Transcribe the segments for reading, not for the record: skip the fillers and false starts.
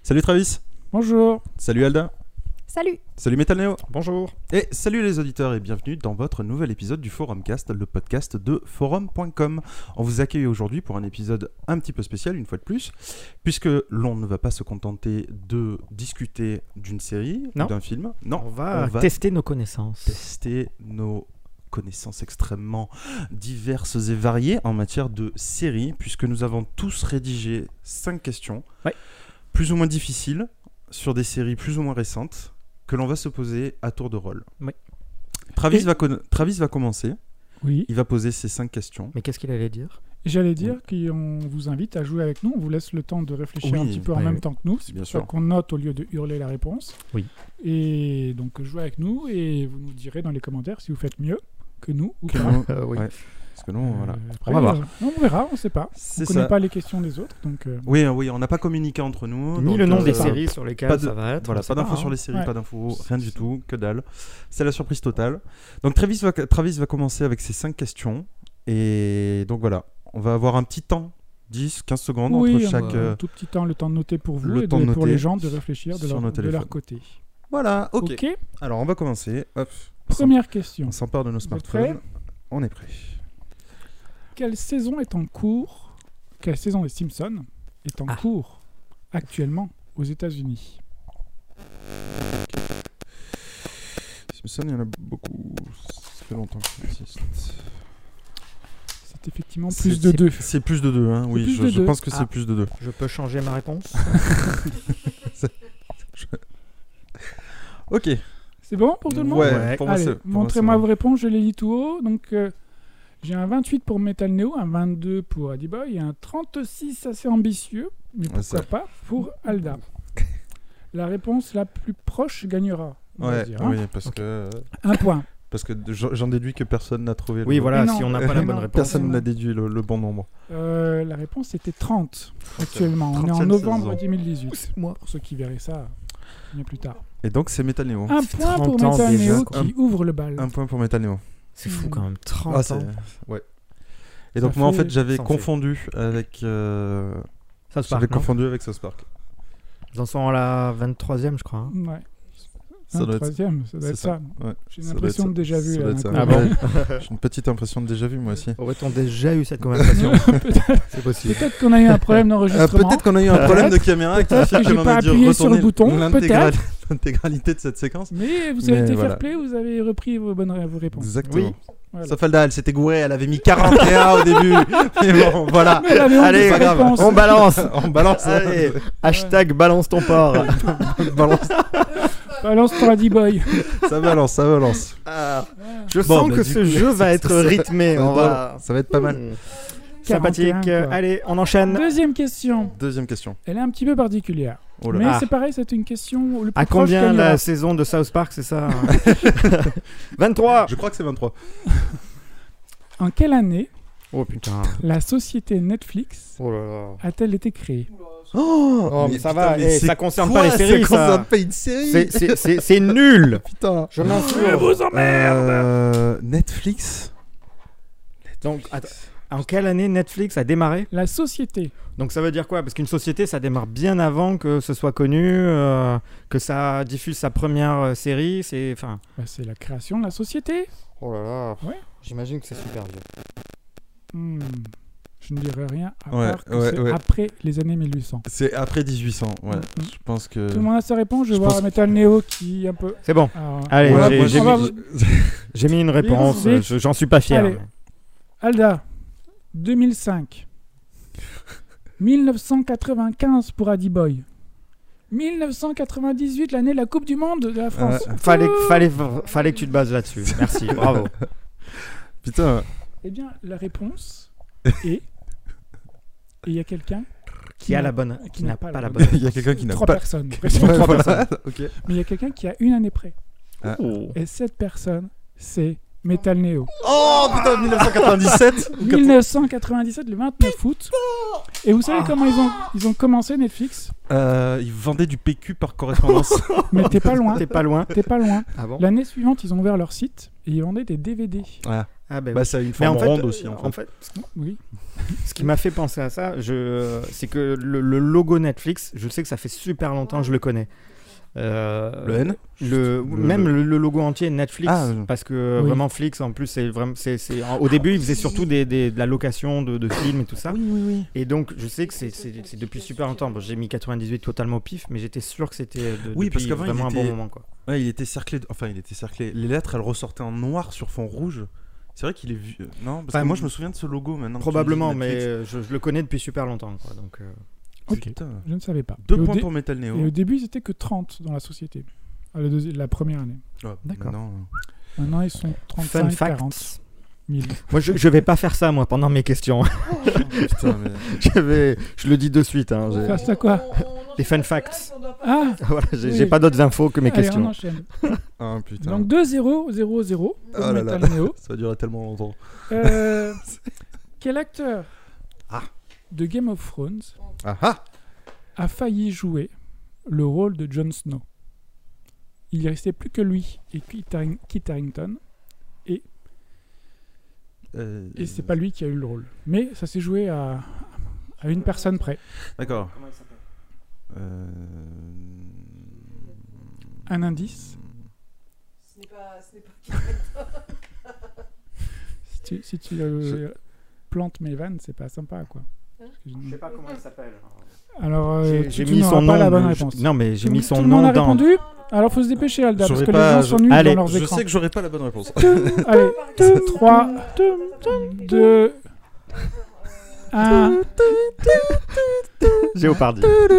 Salut Travis. Bonjour. Salut Alda. Salut. Salut Metal Neo. Bonjour. Et salut les auditeurs et bienvenue dans votre nouvel épisode du Forumcast, le podcast de forum.com. On vous accueille aujourd'hui pour un épisode un petit peu spécial, une fois de plus, puisque l'on ne va pas se contenter de discuter d'une série ou d'un film. Non, on va tester nos connaissances. Tester nos connaissances extrêmement diverses et variées en matière de séries, puisque nous avons tous rédigé 5 questions, plus ou moins difficiles, sur des séries plus ou moins récentes, que l'on va se poser à tour de rôle. Oui. Travis va commencer. Oui. Il va poser ses 5 questions. Mais qu'est-ce qu'il allait dire ? J'allais dire qu'on vous invite à jouer avec nous. On vous laisse le temps de réfléchir un petit peu en même temps que nous. C'est bien sûr qu'on note au lieu de hurler la réponse. Oui. Et donc jouez avec nous et vous nous direz dans les commentaires si vous faites mieux que nous ou pas. Oui. Ouais. Parce que non, voilà. Après, on va voir. On verra, on ne sait pas. On ne connaît pas les questions des autres. Donc, Oui, on n'a pas communiqué entre nous. Ni le nom des séries sur lesquelles ça va être. Voilà, pas d'infos sur les séries, pas d'infos, rien du tout, que dalle. C'est la surprise totale. Donc Travis va commencer avec ses 5 questions. Et donc voilà, on va avoir un petit temps, 10-15 secondes entre chaque... un tout petit temps, le temps de noter pour vous et pour les gens de réfléchir de leur côté. Voilà, ok. Alors on va commencer. Hop. Première question. On s'empare de nos smartphones. On est prêt. Quelle saison est en cours Quelle saison des Simpsons est en cours actuellement aux États-Unis? Simpsons, il y en a beaucoup. Ça fait longtemps que ça existe. C'est effectivement plus de 2. C'est plus de 2, hein. Oui, je pense que c'est plus de 2. Je peux changer ma réponse? Ok. C'est bon pour tout le monde? Ouais. Allez, montrez-moi vos réponses, je les lis tout haut. Donc, j'ai un 28 pour Metal Neo, un 22 pour Addy Boy et un 36 assez ambitieux, mais pourquoi pas, pour Alda. La réponse la plus proche gagnera. Oui, parce que... Un point. Parce que j'en déduis que personne n'a trouvé le... Oui, voilà, si on n'a pas la bonne réponse. Personne n'a déduit le bon nombre. La réponse était 30 actuellement. On est en novembre 2018. Pour ceux qui verraient ça bien plus tard. Et donc, c'est Metal Neo. Un point pour Metal Neo qui ouvre le bal. Un point pour Metal Neo. C'est fou quand même, 30 ans. Ouais. Et donc moi en fait j'avais confondu avec South Park. Avec South Park. Ils en sont à la 23e je crois. Hein. Ouais. 23e, ça doit être ça. Ouais. J'ai une impression de déjà vu. Ah bon? J'ai une petite impression de déjà vu moi aussi. Aurait-on déjà eu cette conversation? C'est possible. Peut-être qu'on a eu un problème d'enregistrement. Peut-être qu'on a eu un problème de caméra qui a fait que l'on a dû retourner l'intégralité de cette séquence. Mais vous avez été fair play, vous avez repris vos réponses. Exactement. Oui. Voilà. Sauf Alda, elle s'était gourée, elle avait mis 41 au début. Mais bon, voilà. Allez, pas grave. On balance. On balance. Allez, hashtag balance ton porc. Balance ton Addy Boy. Ça balance. Je sens que ce jeu va être rythmé. Ça va être pas mal. Sympathique. Allez, on enchaîne. Deuxième question. Elle est un petit peu particulière. Mais c'est pareil, c'est une question le plus à proche combien la saison de South Park, c'est ça? 23. Je crois que c'est 23. En quelle année la société Netflix a-t-elle été créée? Mais ça va, ça concerne pas les séries. Ça concerne pas une série. C'est nul. Putain. Je m'insurge. Je vous emmerde. Netflix. Donc, attends. En quelle année Netflix a démarré? La société. Donc ça veut dire quoi? Parce qu'une société, ça démarre bien avant que ce soit connu, que ça diffuse sa première série. C'est la création de la société. Oh là là. Ouais. J'imagine que c'est super vieux. Je ne dirais rien à part que c'est après les années 1800. C'est après 1800, ouais. Je pense que... Tout le monde a sa réponse. Je vais voir Metal Neo qui un peu... C'est bon. Allez, j'ai mis une réponse. J'en suis pas fier. Allez. Alda, 2005. 1995 pour Addy Boy. 1998, l'année de la Coupe du Monde de la France. Fallait que tu te bases là-dessus. Merci, bravo. Putain. Eh bien, la réponse est... Et il y a quelqu'un qui n'a pas la bonne. Il y a quelqu'un qui n'a pas... 3 personnes. Okay. Mais il y a quelqu'un qui a une année près. Et cette personne, c'est Metal Neo. Oh putain, 1997. 1997, le 29 août. Et vous savez comment ils ont commencé Netflix? Ils vendaient du PQ par correspondance. Mais t'es pas loin. T'es pas loin. T'es pas loin. Ah bon? L'année suivante, ils ont ouvert leur site et ils vendaient des DVD. Ah Bah, ça a une forme ronde aussi, en fait. Oui. Ce qui m'a fait penser à ça, c'est que le logo Netflix, je sais que ça fait super longtemps que je le connais. Le N Même le logo entier Netflix, parce que Oui. vraiment Flix, en plus, c'est vraiment, au début, ils faisaient surtout de la location de films et tout ça. Oui. Et donc, je sais que c'est depuis super longtemps. Bon, j'ai mis 98 totalement au pif, mais j'étais sûr que c'était Oui, parce depuis qu'avant, vraiment un bon moment, quoi. Ouais, il était cerclé. Enfin, il était cerclé. Les lettres, elles ressortaient en noir sur fond rouge. C'est vrai qu'il est vu. Non, parce que moi, je me souviens de ce logo maintenant. Probablement, mais je le connais depuis super longtemps, quoi. Donc. Ok, Putain. je ne savais pas. 2 points pour Metal Neo. Et au début, ils étaient que 30 dans la société. La première année. D'accord. Maintenant, ils sont 35, Fun facts. 40 000. Moi, je vais pas faire ça, moi, pendant mes questions. Putain, mais... je le dis de suite. Hein, Face à quoi? Les fun facts. Ah, Voilà, j'ai pas d'autres infos que mes allez, on questions. enchaîne. Ah, putain. Donc 2-0, 0-0 pour Oh là là. Metal Neo. Ça va durer tellement longtemps. Quel acteur de Game of Thrones a failli jouer le rôle de Jon Snow? Il ne restait plus que lui et Kit Harington, et c'est pas lui qui a eu le rôle. Mais ça s'est joué à une personne près. D'accord. Comment il s'appelle Un indice. Ce n'est pas Si tu plantes mes vannes, c'est pas sympa, quoi. Je sais pas comment il s'appelle. Alors, J'ai tu mis n'auras son pas nom. la bonne réponse. Non, mais j'ai mis son Tout le monde nom a dans. répondu. Alors, faut se dépêcher, Alda, parce J'aurais que pas- les gens sont nuls Allez, dans leurs Je écrans. sais que j'aurais pas la bonne réponse. Allez, 3, 2, 1. Géopardy.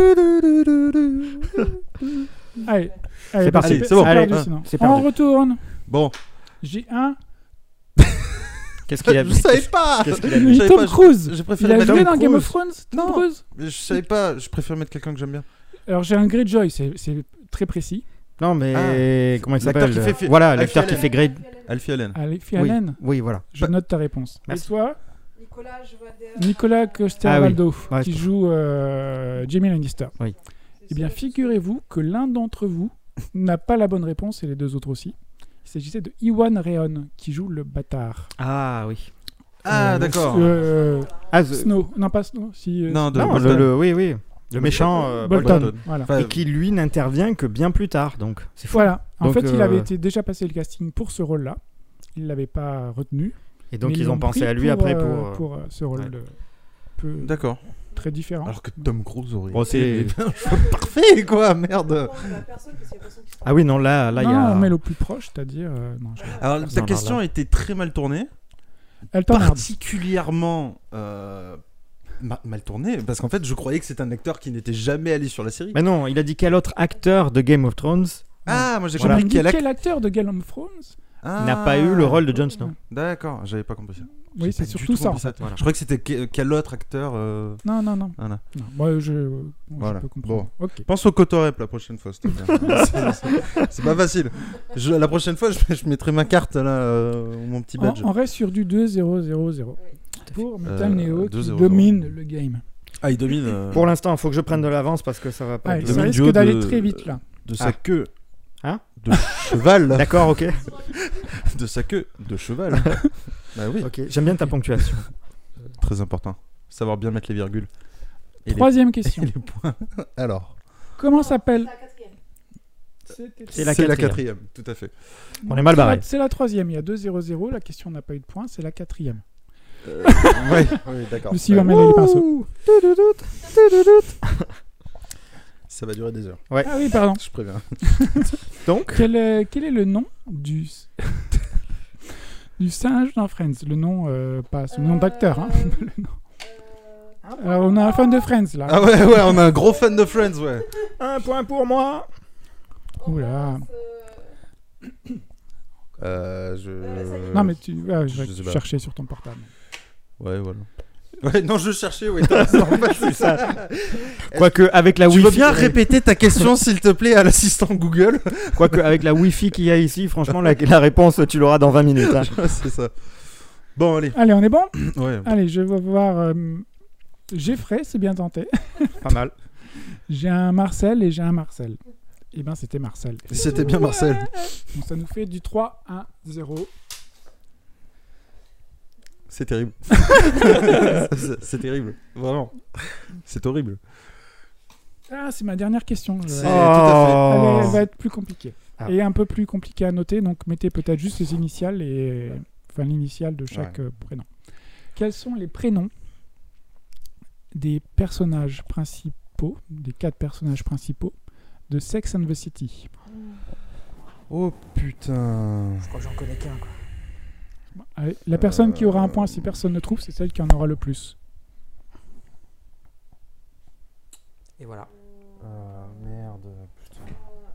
Allez, C'est parti. Allez, c'est bon. perdu, Allez, sinon. c'est perdu. On retourne. Bon, J'ai un. Qu'est-ce qu'il a je savais pas. Qu'est-ce qu'il a Je mis savais Tom pas, Cruise. J'ai Il préféré a mettre joué Tom dans Game of Cruise. Thrones, Tom Non. Cruise. Mais je savais pas. Je préfère mettre quelqu'un que j'aime bien. Alors, j'ai un Greyjoy, c'est très précis. Non, mais comment il L'acteur s'appelle qui fait- Voilà, Alfie l'acteur qui Allen. fait Great. Alfie Allen. Alfie Oui, Allen. oui, voilà. Je note ta réponse. Merci. Et toi, Nicolas, je vois Nicolas Coster-Waldau, Ouais, qui je- joue Jamie Lannister. Oui. Eh bien, figurez-vous que l'un d'entre vous n'a pas la bonne réponse et les deux autres aussi. Il s'agissait de Iwan Rheon, qui joue le bâtard. Ah oui. Ah, d'accord. Snow. Non, pas Snow. Si, Non, de Non, Bolton. oui. Le méchant Bolton. Bolton. Voilà. Enfin, Et qui lui n'intervient que bien plus tard, donc c'est fou. Voilà. En Donc, fait, il avait été déjà passé le casting pour ce rôle-là. Il ne l'avait pas retenu. Et donc mais ils l'ont ont pensé pris à lui après pour pour. ce rôle ouais. peu D'accord. très différent. Alors que Tom Cruise aurait Bon, été c'est- un choix parfait, quoi, merde. Ah oui, non, là il y non, a. mais le plus proche, c'est-à-dire. Non, Alors, ta Non, question là. a été très mal tournée. elle t'emmerde. Particulièrement mal tournée, parce qu'en fait, je croyais que c'était un acteur qui n'était jamais allé sur la série. Mais non, il a dit quel autre acteur de Game of Thrones Ah, moi j'ai Voilà. compris Quel acteur de Game of Thrones n'a pas eu le rôle de Jon Snow. D'accord, j'avais pas compris ça. Oui, J'ai c'est pas du surtout tout ça. En compris fait. Voilà. Je croyais que c'était quel autre acteur. Non. Voilà. Non, moi, je Voilà. peux comprendre. Ok. Pense au Cotorep la prochaine fois, s'il te plaît. C'est pas facile. La prochaine fois, je mettrai ma carte là, mon petit badge. On reste sur du 2-0-0-0 pour Metal Neo qui 2-0-0. domine le game. Ah, il domine. Pour l'instant, il faut que je prenne de l'avance parce que ça va pas. Ouais, être- ça domine risque du haut d'aller de- très vite là. De sa Ah. queue. Hein De cheval. D'accord, ok. De sa queue de cheval. Bah oui. Ok. J'aime bien ta ponctuation. Très important. Savoir bien mettre les virgules. Et Troisième les, question. et les points. Alors. Comment s'appelle C'est la quatrième, tout à fait. On est mal barré. C'est la troisième. Il y a 2-0-0. La question n'a pas eu de points. C'est la quatrième. Oui, d'accord. Le suivant mêle les pinceaux. Ça va durer des heures. Ah oui, pardon. Je préviens. Donc, Quel est le nom du singe dans Friends? Le nom, pas son nom d'acteur. Hein. Le nom. Alors, on a un fan de Friends là. Ah ouais, on a un gros fan de Friends, ouais. un point pour moi. Oula. Je... Non, mais tu je sais pas. chercher sur ton portable. Ouais, voilà. Ouais, non, je cherchais, ouais, t'as raison, en fait, c'est ça. Quoique avec la Tu Wi-Fi. veux bien répéter ta question, s'il te plaît, à l'assistant Google? Quoique avec la Wi-Fi qu'il y a ici, franchement, la réponse, tu l'auras dans 20 minutes. Hein. C'est ça. Bon, allez. Allez, on est bon? Ouais. Allez, je vais voir. Geoffrey, c'est bien tenté. Pas mal. J'ai un Marcel et j'ai un Marcel. Eh ben, c'était Marcel. C'était bien Marcel. Donc, ça nous fait du 3-1-0. C'est terrible. C'est terrible. Vraiment. C'est horrible. Ah, c'est ma dernière question. C'est tout à Elle va être plus compliquée. Ah. Et un peu plus compliquée à noter, donc mettez peut-être juste les initiales enfin l'initiale de chaque prénom. Quels sont les prénoms des personnages principaux, des 4 personnages principaux de Sex and the City? Oh putain. Je crois que j'en connais qu'un, quoi. Allez, la personne qui aura un point si personne ne trouve, c'est celle qui en aura le plus. Et voilà. Merde. Putain.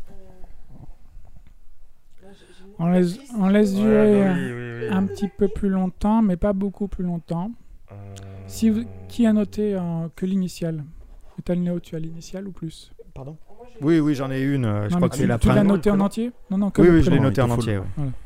On laisse durer Oui. un petit peu plus longtemps, mais pas beaucoup plus longtemps. Qui a noté que l'initiale? Metal Neo, tu as l'initiale ou plus? Pardon? Oui, j'en ai une. Je Non, crois mais que c'est la tu l'as première. noté en entier? Non, que Oui, le je l'ai prénom. noté en il te faut entier. le- ouais.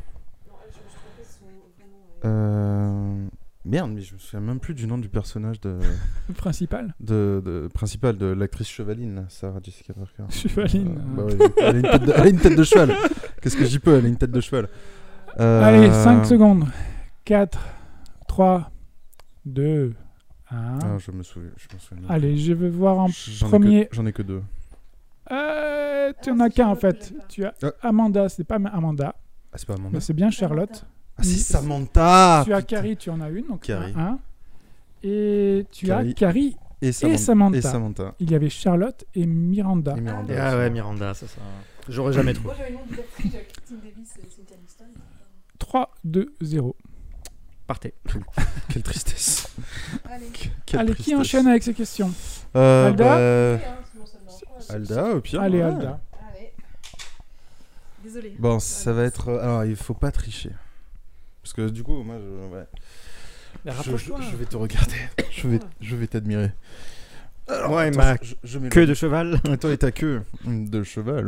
Merde, mais je me souviens même plus du nom du personnage Le principal. principal de l'actrice chevaline, là, Sarah Jessica Parker. Chevaline. Bah ouais, elle a une tête de cheval. Qu'est-ce que j'y peux? Elle a une tête de cheval. Allez, 5 secondes. 4, 3, 2, 1. Ah, je me souviens. Allez, je vais voir en J'en ai premier. J'en ai que 2. Tu en as qu'un en fait. Tu as Amanda, c'est pas Amanda, Ah, c'est pas Amanda. mais c'est bien Charlotte. Ah, c'est Samantha. Tu as Carrie, tu en as une, donc Carrie. un. Et tu Carrie. as Carrie Et Samantha. Et Samantha. Il y avait Charlotte et Miranda. Et Miranda. Ah ouais, Miranda, ça. J'aurais jamais trouvé. Moi j'avais le nom de l'actrice, j'avais Christine Davis et Cynthia Liston. 3, 2, 0. Partez. Quelle tristesse. Allez. Quelle Allez, tristesse. qui enchaîne avec ces questions? Alda Alda, au pire. Allez, ouais. Alda. Allez. Désolé. Bon, ça va être. Alors, il faut pas tricher. Parce que du coup, moi, je vais te regarder. Je vais t'admirer. Alors, Ouais, attends, ma je mets queue de cheval. Attends, et ta queue de cheval.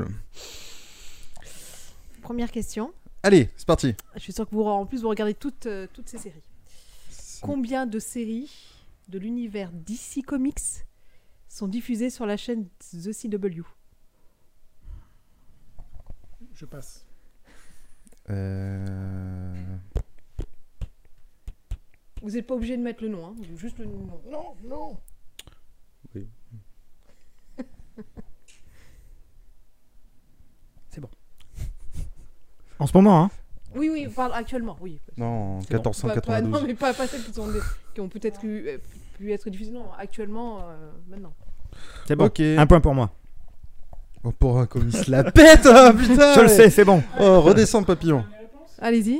Première question. Allez, c'est parti. Je suis sûre que en plus vous regardez toutes ces séries. Combien de séries de l'univers DC Comics sont diffusées sur la chaîne The CW? Je passe. Vous n'êtes pas obligé de mettre le nom, hein. Juste le nom. Non. Oui. C'est bon. En ce moment, hein. Oui, pardon, actuellement, oui. Non, C'est bon. 1492. Non, mais pas celles qui ont peut-être pu être diffusées. Non, actuellement, maintenant. C'est bon. Ok. Un point pour moi. Oh, pour un comme il se la pète, oh, putain. Je le sais, c'est bon. Oh, redescends, papillon. Allez-y.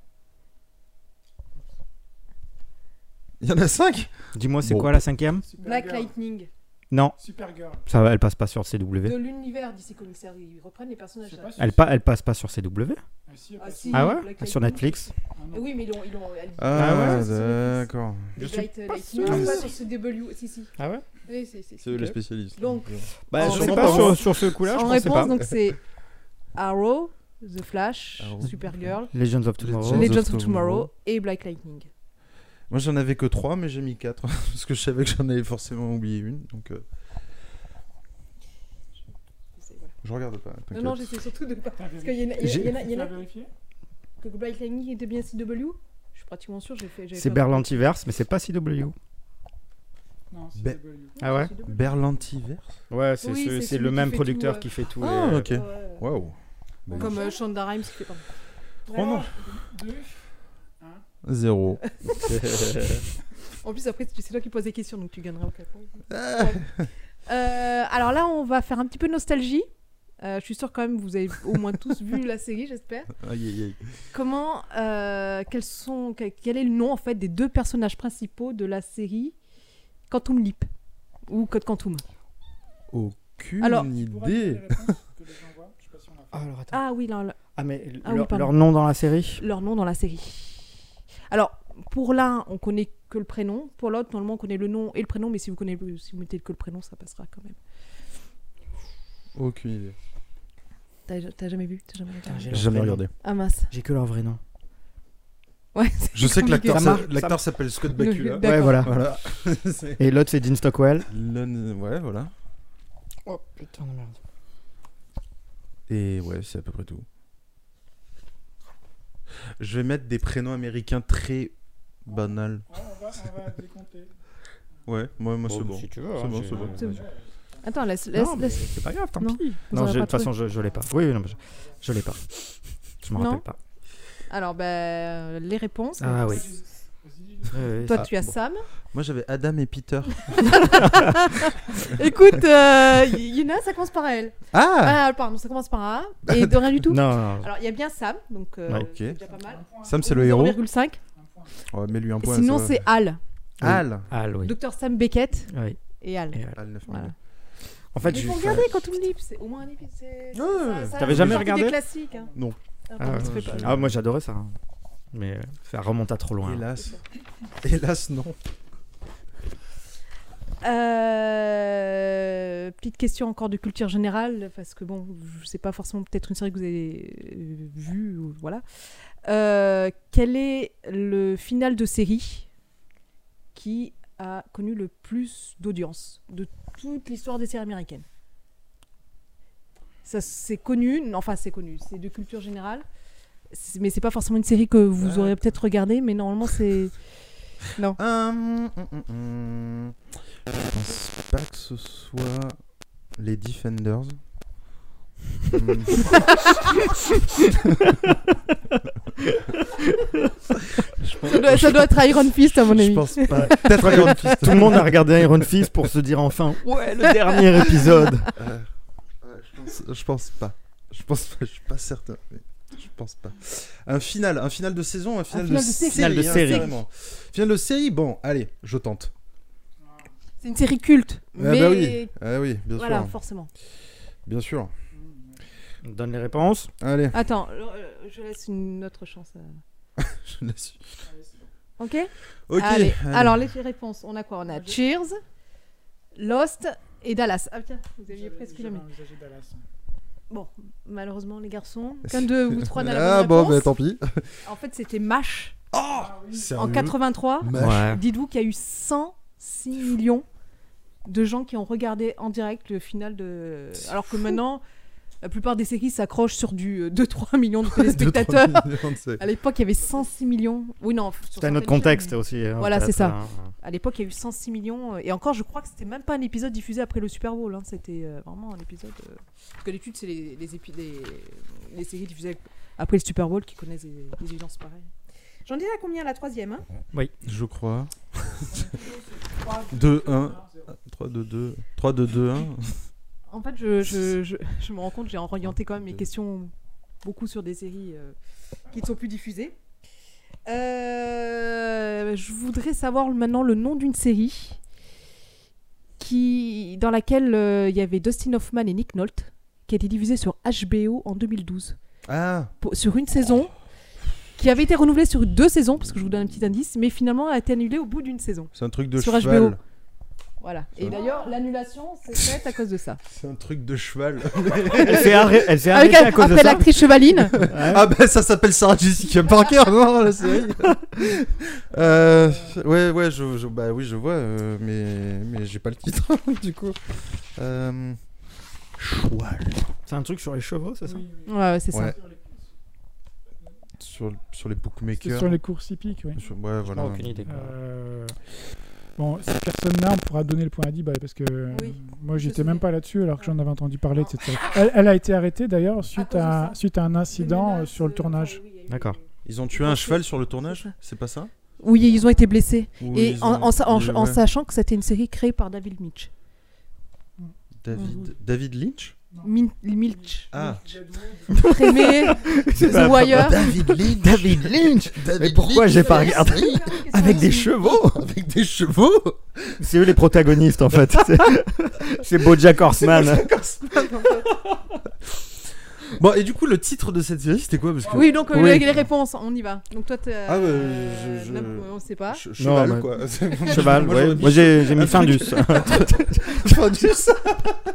Il y en a 5. Dis-moi, c'est Bon. quoi la 5e? Black Lightning. Non, Supergirl. ça, elle passe pas sur CW. De l'univers DC Comics. Ils reprennent les personnages. Je sais pas si- Elle passe pas sur CW. Ah, si, Ah Black ouais? Lightning. Sur Netflix. Oui, mais ils l'ont. Ah, ouais, d'accord. Les Je suis Light pas Lightning, sûr. c'est pas sur CW. Si. Ah ouais? Oui, c'est. C'est eux les spécialistes. Donc, Bah, En je sais réponse- pas sur ce coup-là, je en pensais réponse, pas. donc c'est Arrow, The Flash, Arrow. Supergirl, Legends of Tomorrow. Legends Legends of Tomorrow et Black Lightning. Moi, j'en avais que 3, mais j'ai mis 4. Parce que je savais que j'en avais forcément oublié une. Donc, Voilà. je regarde pas. Non, t'inquiète. non, j'essaie surtout de pas. Parce qu'il y en a vérifié? que Black Lightning était bien CW. Je suis pratiquement sûr. C'est Berlantiverse, mais c'est pas CW. Non, Be- CW. Ah ouais? Berlantiverse. Ouais, Oui, c'est c'est celui le qui même fait producteur tout, qui fait tout. Ah, les- ok. Waouh. Bah, Comme Shonda Rhimes qui fait pas. Oh non. 2. 0. En plus, après, c'est toi qui poses des questions, donc tu gagneras au cas où. Ah. Alors là, on va faire un petit peu de nostalgie. Je suis sûre quand même vous avez au moins tous vu la série, j'espère. Aïe, aïe, aïe. Comment, quel est le nom en fait des 2 personnages principaux de la série Quantum Leap ou Code Quantum? Aucune Alors- idée. Ah, alors attends. Ah oui, là, Ah, mais Ah oui, pardon. leur nom dans la série? leur nom dans la série. Alors, pour l'un, on connaît que le prénom. Pour l'autre, normalement, on connaît le nom et le prénom. Mais si vous mettez que le prénom, ça passera quand même. Aucune idée. T'as jamais vu? T'as jamais regardé? j'ai J'ai jamais regardé. Ah mince. J'ai que leur vrai nom. Ouais. Je sais que compliqué. l'acteur s'appelle Scott Le- Bakula. D'accord. Ouais, voilà. Voilà. C'est- Et l'autre, c'est Dean Stockwell. Ouais, voilà. Oh putain de merde. Et ouais, c'est à peu près tout. Je vais mettre des prénoms américains très banal. On va décompter. Ouais, moi c'est bon. Si tu veux. C'est bon, c'est bon. C'est bon. Attends, laisse. Non, mais c'est pas grave, tant Non, pis. vous Non, aurez de pas toute façon, je l'ai pas. Oui, non, je l'ai pas. Je me Non. rappelle pas. Alors, les réponses. Ah oui. Toi, tu as Sam. Moi j'avais Adam et Peter. Écoute, Yuna, ça commence par elle. Ah Pardon, ça commence par A. Et de rien du tout. Non. Alors, il y a bien Sam, donc Ok. c'est déjà pas mal. Sam c'est le héros. 0,5. Ouais, mets-lui un point. Sinon, ça va. c'est Al. Al. Al, oui. Dr Sam Beckett Oui. et Al. Et Al. Al 9000. Voilà. En fait, Mais je faut regarder quand on me dit, c'est au moins un épisode. T'avais jamais regardé des classiques. Hein. Non. Pardon, ça fait pas. Ah, moi j'adorais ça. Hein. Mais ça remonte à trop loin. Hélas. Hélas, non. Petite question encore de culture générale, parce que bon, je sais pas forcément, peut-être une série que vous avez vue, ou voilà. Quel est le final de série qui a connu le plus d'audience de toute l'histoire des séries américaines? Ça, c'est connu, c'est de culture générale, mais c'est pas forcément une série que vous aurez peut-être regardée, mais normalement c'est... Non. Je pense pas que ce soit les Defenders. Ça doit être Iron Fist à mon avis. Je pense pas. Peut-être Iron Fist. Tout le monde a regardé Iron Fist pour se dire enfin, ouais, le dernier épisode. Je pense pas. Je suis pas certain. Mais je pense pas. Un final de saison, un final de série. Final de série. Carrément. Final de série, bon, allez, je tente. C'est une série culte, mais Bah oui, oui, bien voilà, sûr. forcément. Bien sûr. On donne les réponses. Allez, Attends, je laisse une autre chance. je laisse. Ok. Ok. Allez. allez. Alors les réponses, on a quoi? On a Cheers, Lost et Dallas. Ah tiens, vous aviez presque la même. Bon, malheureusement les garçons, qu'un de vous trois n'a la bonne Ah bon, réponse. bah tant pis. En fait, c'était MASH Sérieux en 83. Mash. Dites-vous qu'il y a eu 106 millions de gens qui ont regardé en direct le final de. Alors que maintenant, la plupart des séries s'accrochent sur du 2-3 millions de téléspectateurs. 2-3 millions, c'est- À l'époque, il y avait 106 millions. Oui, non. C'était un autre contexte aussi. Hein, Voilà, c'est peut-être, ça. hein. À l'époque, il y a eu 106 millions. Et encore, je crois que c'était même pas un épisode diffusé après le Super Bowl. Hein. C'était vraiment un épisode. Parce que d'habitude, c'est les séries diffusées après le Super Bowl qui connaissent des audiences pareilles. J'en dirais à combien la troisième, hein? Je crois. 2-1. 3-2-2. 3-2-2-1. En fait, je me rends compte, j'ai orienté quand même mes questions beaucoup sur des séries qui ne sont plus diffusées. Je voudrais savoir maintenant le nom d'une série dans laquelle il y avait Dustin Hoffman et Nick Nolte, qui a été diffusée sur HBO en 2012. Ah, Sur une saison, qui avait été renouvelée sur 2 saisons, parce que je vous donne un petit indice, mais finalement a été annulée au bout d'une saison. c'est un truc de Sur cheval. HBO. Voilà. Et d'ailleurs, l'annulation s'est faite à cause de ça. C'est un truc de cheval. Elle s'est arrêtée à cause de Après ça. l'actrice chevaline. Ah bah ça s'appelle Sarah Jessica Parker, non, la série. Ouais, bah oui, je vois, mais j'ai pas le titre du coup. Cheval. C'est un truc sur les chevaux, c'est ça? Ouais, c'est ça. Ouais. Sur les C'est bookmakers. sur les courses hippiques, oui. Ouais, voilà. Aucune idée. quoi. Bon, cette personne-là, on pourra donner le point à Diba parce que Oui. moi, Je j'étais sais. même pas là-dessus alors que j'en avais entendu parler de cette série. Elle a été arrêtée d'ailleurs suite cause de à ça. un incident sur le tournage. D'accord. Ils ont tué un cheval sur le tournage, c'est pas ça? Oui, ils ont été blessés. Ou Et ils en ont- ouais. sachant que c'était une série créée par David Mitch. David Lynch? Milch. Ah. Crémé, The Wire. David Lynch. David Lynch. Mais pourquoi j'ai pas regardé avec des chevaux? Avec des chevaux. C'est eux les protagonistes en fait. C'est BoJack Horseman. Bon, et du coup, le titre de cette série, c'était quoi? Parce que... Oui, donc Oui. les réponses, on y va. Donc toi, Ah ouais, on sait pas. Cheval, Non, mais- quoi. Cheval, Moi, ouais. j'aurais dit Moi j'ai mis un Findus. Findus. Je sais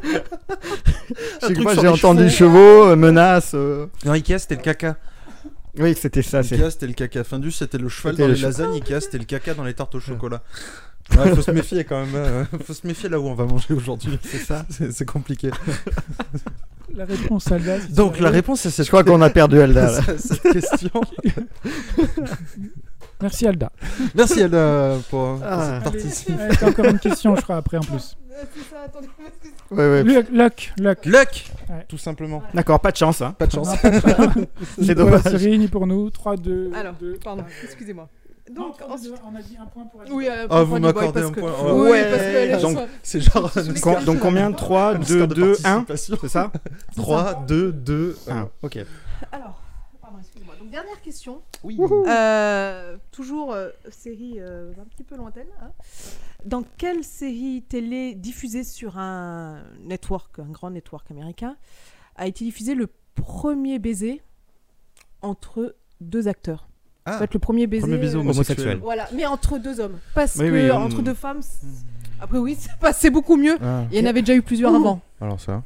truc pas, sur j'ai les entendu chevaux. chevaux, menaces. Non, Ikea, c'était le caca. Oui, c'était ça. Ikea, c'était le caca. Findus, c'était le cheval C'était dans le les lasagnes. Ikea, c'était le caca dans les tartes au chocolat. Ouais, faut se méfier quand même. Faut se méfier là où on va manger aujourd'hui. C'est ça. C'est compliqué. La réponse, Alda. c'est Donc ça. la réponse à cette Je crois qu'on a perdu Elda. Là. cette question. Merci Alda. Merci Alda pour cette partie. T'as encore une question, je ferai après en plus. C'est ça, attendez. Ouais. Luck. Ouais. Tout simplement. D'accord, pas de chance. Hein. Pas de chance. C'est dommage. Ni pour la série, ni pour nous. 3-2. Alors, pardon, excusez-moi. Donc, on a dit un point pour elle. Oui, vous m'accordez un point. Oui, parce que donc, c'est genre. Donc combien? 3, 2, 2, 1. C'est ça? 3, 2, 2, 1. Ok. Alors, pardon, excusez-moi. Donc, dernière question. Oui. Toujours série un petit peu lointaine. Hein. Dans quelle série télé diffusée sur un grand network américain, a été diffusé le premier baiser entre deux acteurs? En fait, le premier baiser homosexuel. Voilà, mais entre deux hommes. Parce que entre deux femmes, après oui, c'est beaucoup mieux. Il y en avait déjà eu plusieurs avant. Alors ça.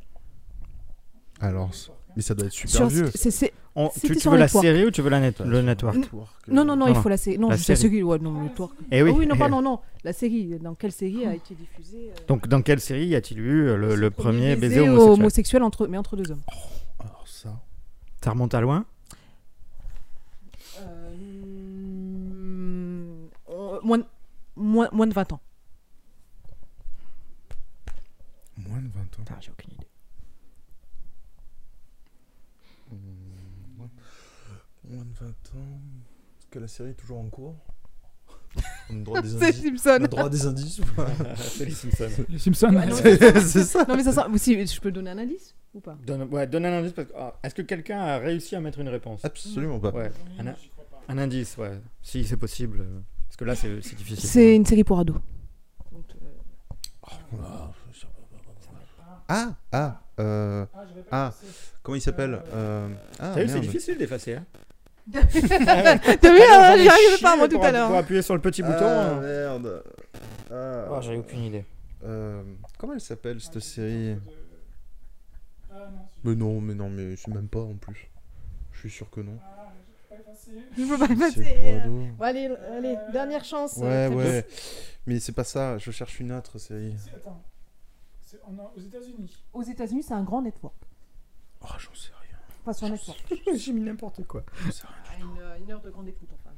Mais ça doit être super vieux. Tu veux la série ou tu veux le network? Non, il faut la série. Non, la série. Ouais, non, le network. Eh oui. Oui, non. La série. Dans quelle série a été diffusée Donc, dans quelle série y a-t-il eu le premier baiser homosexuel entre deux hommes? Alors ça. Ça remonte à loin? Moins de 20 ans. Moins de 20 ans. J'ai aucune idée. Moins de 20 ans. Est-ce que la série est toujours en cours? On a droit des indices. C'est Simpson. On a droit des indices ou pas? C'est les Simpsons. Les Simpsons. C'est ça. Non mais ça sent. Si je peux donner un indice ou pas? Donne un indice parce que est-ce que quelqu'un a réussi à mettre une réponse? Absolument pas. Ouais. Un indice, ouais. Si c'est possible. Parce que là c'est difficile. C'est une série pour ados. Comment il s'appelle? T'as vu, c'est difficile d'effacer. Hein. T'as vu, j'y arrivais pas moi tout à l'heure. Pour appuyer sur le petit bouton. Merde. J'ai aucune idée. Comment elle s'appelle cette série? Mais mais c'est même pas en plus. Je suis sûr que non. Je peux pas effacer. Bon, allez, dernière chance. Ouais. Mais c'est pas ça. Je cherche une autre série. Attends. Aux États-Unis. Aux États-Unis, c'est un grand network. Oh, j'en sais rien. Pas sur un network. J'ai mis n'importe quoi. J'en sais rien. Une heure de grande écoute, enfin.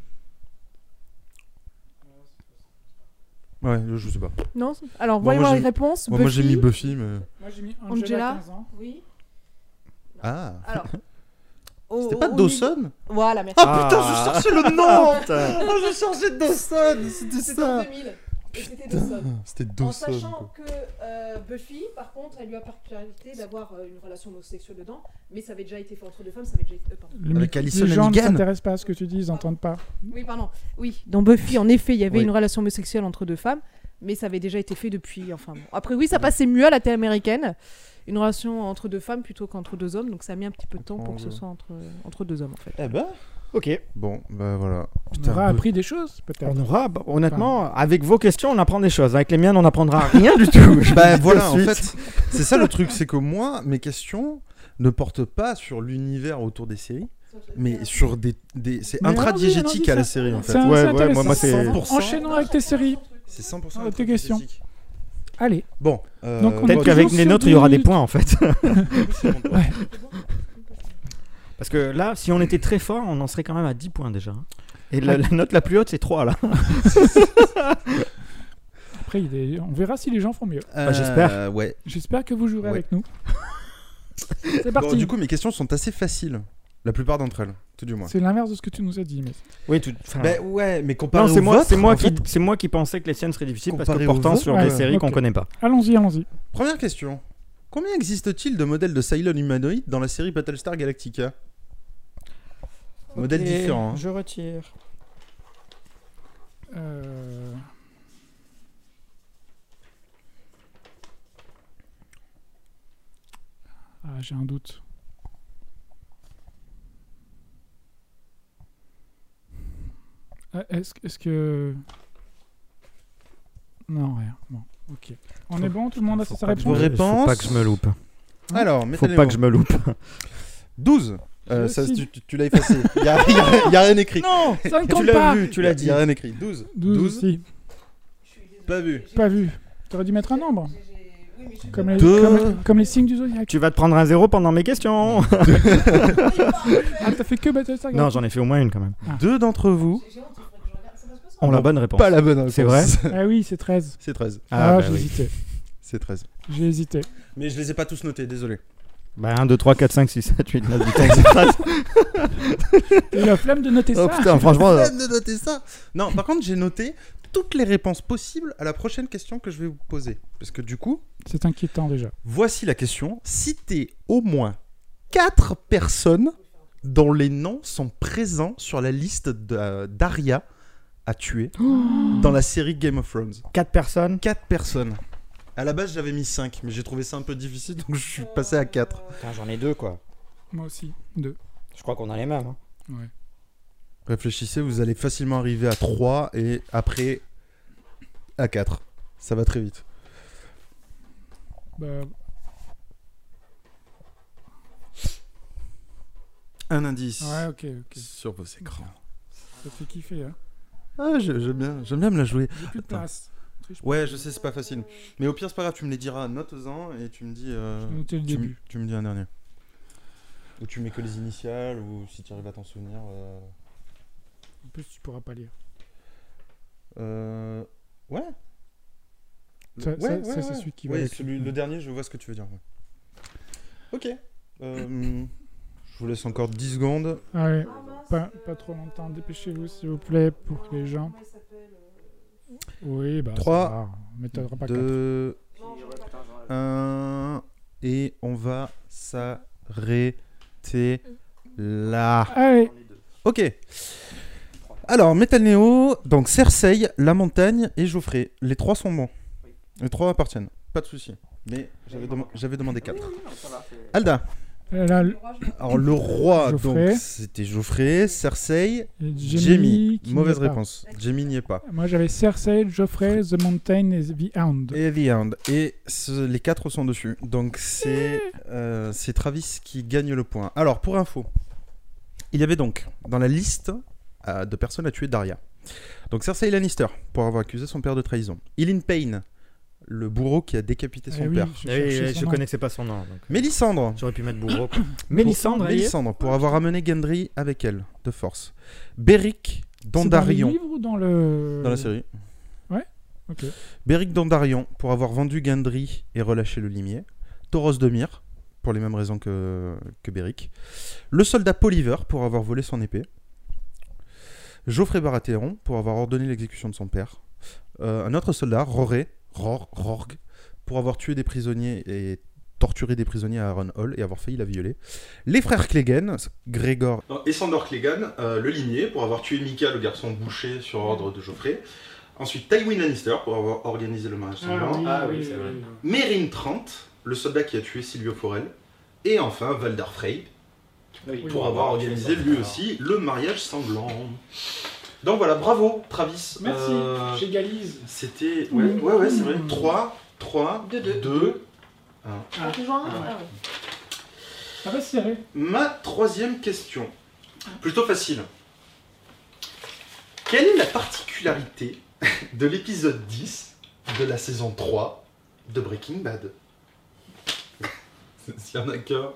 Ouais, je sais pas. Non. Alors, voyons voir les réponses. Moi, j'ai mis Buffy, mais. Moi, j'ai mis Angela. 15 ans. Oui. Ah. Alors. C'était pas Dawson? Voilà, merci. Ah putain, je cherchais le nom. Je cherchais Dawson. C'était ça. En 2000. C'était Dawson. C'était Dawson. En sachant que Buffy, par contre, elle lui a particularité d'avoir une relation homosexuelle dedans, mais ça avait déjà été fait entre deux femmes, ça avait déjà été... Avec Alison les gens ne Hannigan. s'intéressent pas à ce que tu dis, ils n'entendent pas. Oui, pardon. Oui, dans Buffy, en effet, il y avait une relation homosexuelle entre deux femmes, mais ça avait déjà été fait depuis... Enfin, bon. Après, oui, ça passait mieux à la télé américaine, une relation entre deux femmes plutôt qu'entre deux hommes, donc ça a mis un petit peu de temps pour que ce soit entre deux hommes, en fait. Eh ben... Ok. Bon, bah voilà. On aura appris des choses, peut-être. On aura, honnêtement, avec vos questions, on apprend des choses. Avec les miennes, on n'apprendra rien du tout. Bah voilà, en fait, c'est ça le truc, c'est que moi, mes questions ne portent pas sur l'univers autour des séries, mais sur c'est intradiégétique à la série, en fait. Moi, c'est 100%. Enchaînons avec tes séries. C'est 100% tes questions. Allez. Bon. Peut-être qu'avec les nôtres, il y aura des points, en fait. Ouais. Parce que là, si on était très fort, on en serait quand même à 10 points déjà. Et la note la plus haute, c'est 3 là. Après, on verra si les gens font mieux. J'espère. Ouais. J'espère que vous jouerez avec nous. C'est parti. Bon, du coup, mes questions sont assez faciles. La plupart d'entre elles, tout du moins. C'est l'inverse de ce que tu nous as dit. Mais... Oui, mais comparé c'est aux moi qui pensais que les siennes seraient difficiles parce que Comparé portant aux sur autres, des séries qu'on connaît pas. Allons-y. Première question. Combien existe-t-il de modèles de Cylon humanoïdes dans la série Battlestar Galactica? Modèles différents. Hein. Je retire. J'ai un doute. Est-ce que... Non, rien. Bon, ok. On est bon, tout le monde a sa réponse. Réponse. Faut pas que je me loupe. Alors, faut pas que je me loupe. 12. Tu l'as effacé. Il y a rien écrit. Non, ça ne compte tu pas. L'as vu, tu l'as dit. Il y a rien écrit. 12. 12 aussi. Pas vu. Pas vu. T'aurais dû mettre un nombre. Comme les signes du zodiaque. Tu vas te prendre un 0 pendant mes questions. Ah, t'as fait que Battlestar Galactica? Non, j'en ai fait au moins une quand même. 2 d'entre vous ont la bonne réponse. Pas la bonne réponse. C'est vrai? Ah oui, c'est 13. C'est 13. bah oui. J'hésitais. C'est 13. J'ai hésité. Mais je les ai pas tous notés, désolé. Bah 1, 2, 3, 4, 5, 6, 7, 8, 9, 10, 11, 13. T'as eu la flemme de noter Oh ça. putain, franchement. De noter ça. Non, par contre, j'ai noté toutes les réponses possibles à la prochaine question que je vais vous poser. Parce que du coup, C'est inquiétant déjà. voici la question. Citez au moins 4 personnes dont les noms sont présents sur la liste d'Arya à tuer dans la série Game of Thrones. 4 personnes. 4 personnes. À la base, j'avais mis 5, mais j'ai trouvé ça un peu difficile, donc je suis passé à 4. Putain, j'en ai 2 quoi. Moi aussi. 2. Je crois qu'on a les mêmes. Hein. Ouais. Réfléchissez, vous allez facilement arriver à 3 et après à 4. Ça va très vite. Bah, Un indice ouais, ok. sur vos écrans. Ça fait kiffer, hein. Ah, j'aime bien me la jouer. J'ai plus de Attends. place. Ouais, je sais, c'est pas facile. Mais au pire, c'est pas grave, tu me les diras, note-en et tu me dis. J'ai noté le début. Tu me dis un dernier. Ou tu mets que les initiales, ou si tu arrives à t'en souvenir. En plus, tu pourras pas lire. Ouais. Ça, c'est celui qui va Oui, avec. le dernier, je vois ce que tu veux dire. Ouais. Ok. Je vous laisse encore 10 secondes. Allez, pas trop longtemps. Dépêchez-vous, s'il vous plaît, pour que les gens. Oui, bah. 3, on m'étonnera pas 2, 1. Et on va s'arrêter là. Allez, Ok. Alors, Metal Neo, donc Cersei, La Montagne et Joffrey. Les 3 sont bons. Les 3 appartiennent. Pas de souci. Mais j'avais demandé 4. Alda. là, Alors, le roi, Joffrey. donc c'était Joffrey, Cersei, Jaime. Jaime. qui Mauvaise n'y est pas. réponse. Jaime n'y est pas. Moi, j'avais Cersei, Joffrey, The Mountain et The Hound. Et The Hound. Et les 4 sont dessus. Donc, c'est Travis qui gagne le point. Alors, pour info, il y avait donc dans la liste de personnes à tuer d'Arya. Donc, Cersei Lannister, pour avoir accusé son père de trahison. Ilyn Payne, le bourreau qui a décapité son père. Je connaissais pas son nom. Donc... Mélisandre. J'aurais pu mettre bourreau. Mélisandre, pour avoir amené Gendry avec elle, de force. Beric Dondarrion. C'est dans le livre ou dans le... Dans la série. Ouais, ok. Beric Dondarrion, pour avoir vendu Gendry et relâché le limier. Thoros de Myr, pour les mêmes raisons que Beric. Le soldat Poliver, pour avoir volé son épée. Geoffrey Baratheon, pour avoir ordonné l'exécution de son père. Un autre soldat, Rorg, pour avoir tué des prisonniers et torturé des prisonniers à Harrenhal et avoir failli la violer. Les frères Clegane, Grégor et Sandor Clegane, le limier, pour avoir tué Mika, le garçon bouché sur ordre de Geoffrey. Ensuite, Tywin Lannister, pour avoir organisé le mariage sanglant. oui, c'est vrai. Mérine Trent, le soldat qui a tué Silvio Forel. Et enfin, Valdar Frey, pour avoir organisé lui aussi le mariage sanglant. Donc voilà, bravo Travis. Merci, j'égalise. C'était... Ouais, c'est vrai. 3, 2, 1. Toujours un. Ça va serrer. Ma troisième question, plutôt facile. Quelle est la particularité de l'épisode 10 de la saison 3 de Breaking Bad? S'il y en a qu'un.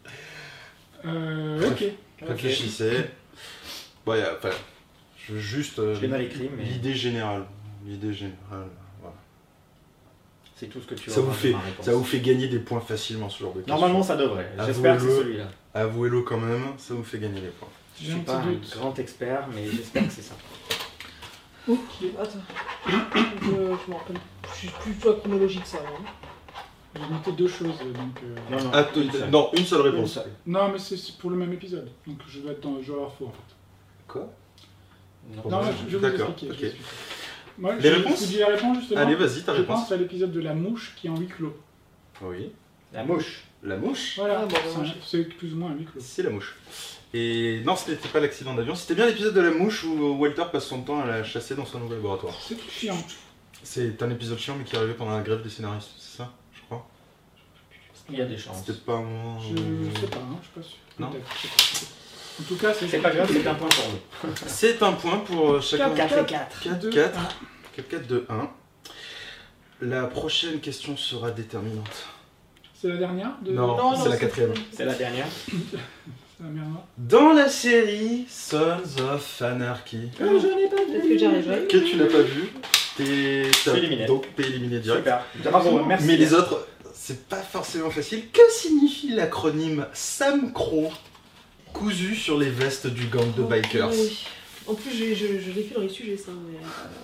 Ok. Réfléchissez. Bon, je veux juste l'ai mal écrit, mais... l'idée générale. Voilà. C'est tout ce que tu Ça vous fait gagner des points facilement ce genre de questions. Normalement, ça devrait. J'espère que c'est celui-là. Avouez-le quand même, ça vous fait gagner des points. Je suis pas un grand expert, mais j'espère que c'est ça. Ok. Attends. Je m'en rappelle. Je suis plus toi chronologique ça. Hein. J'ai noté 2 choses, donc... Non, une seule réponse. Non, mais c'est pour le même épisode. Donc je vais avoir faux, en fait. Quoi? Non, je vais vous expliquer. Okay. Moi, les réponses? Je vous dis la réponse, justement. Allez, vas-y, ta réponse. Je pense à l'épisode de la mouche qui est en huis clos. Oui. La mouche. La mouche? Voilà, c'est plus ou moins un huis clos. C'est la mouche. Et non, ce n'était pas l'accident d'avion, c'était bien l'épisode de la mouche où Walter passe son temps à la chasser dans son nouveau laboratoire. C'est chiant. C'est un épisode chiant, mais qui est arrivé pendant la grève des scénaristes, c'est ça, je crois? Il y a des chances. C'était pas un moment... Je sais pas, hein, je suis pas sûr. Non. En tout cas, c'est pas grave, c'est un point pour nous. C'est un point pour chacun. 4, 4, 2, 1. La prochaine question sera déterminante. C'est la dernière Non, c'est la quatrième. C'est la dernière. Ça merde. Dans la série Sons of Anarchy, J'en ai pas vu. Peut-être que j'arriverai. que tu n'as pas vu, t'es éliminé. Donc t'es éliminé direct. Super. Bravo, merci. Mais les autres, c'est pas forcément facile. Que signifie l'acronyme Sam Crow, cousu sur les vestes du gang de bikers? Oui. En plus, je l'ai fait dans les sujets, ça. Mais...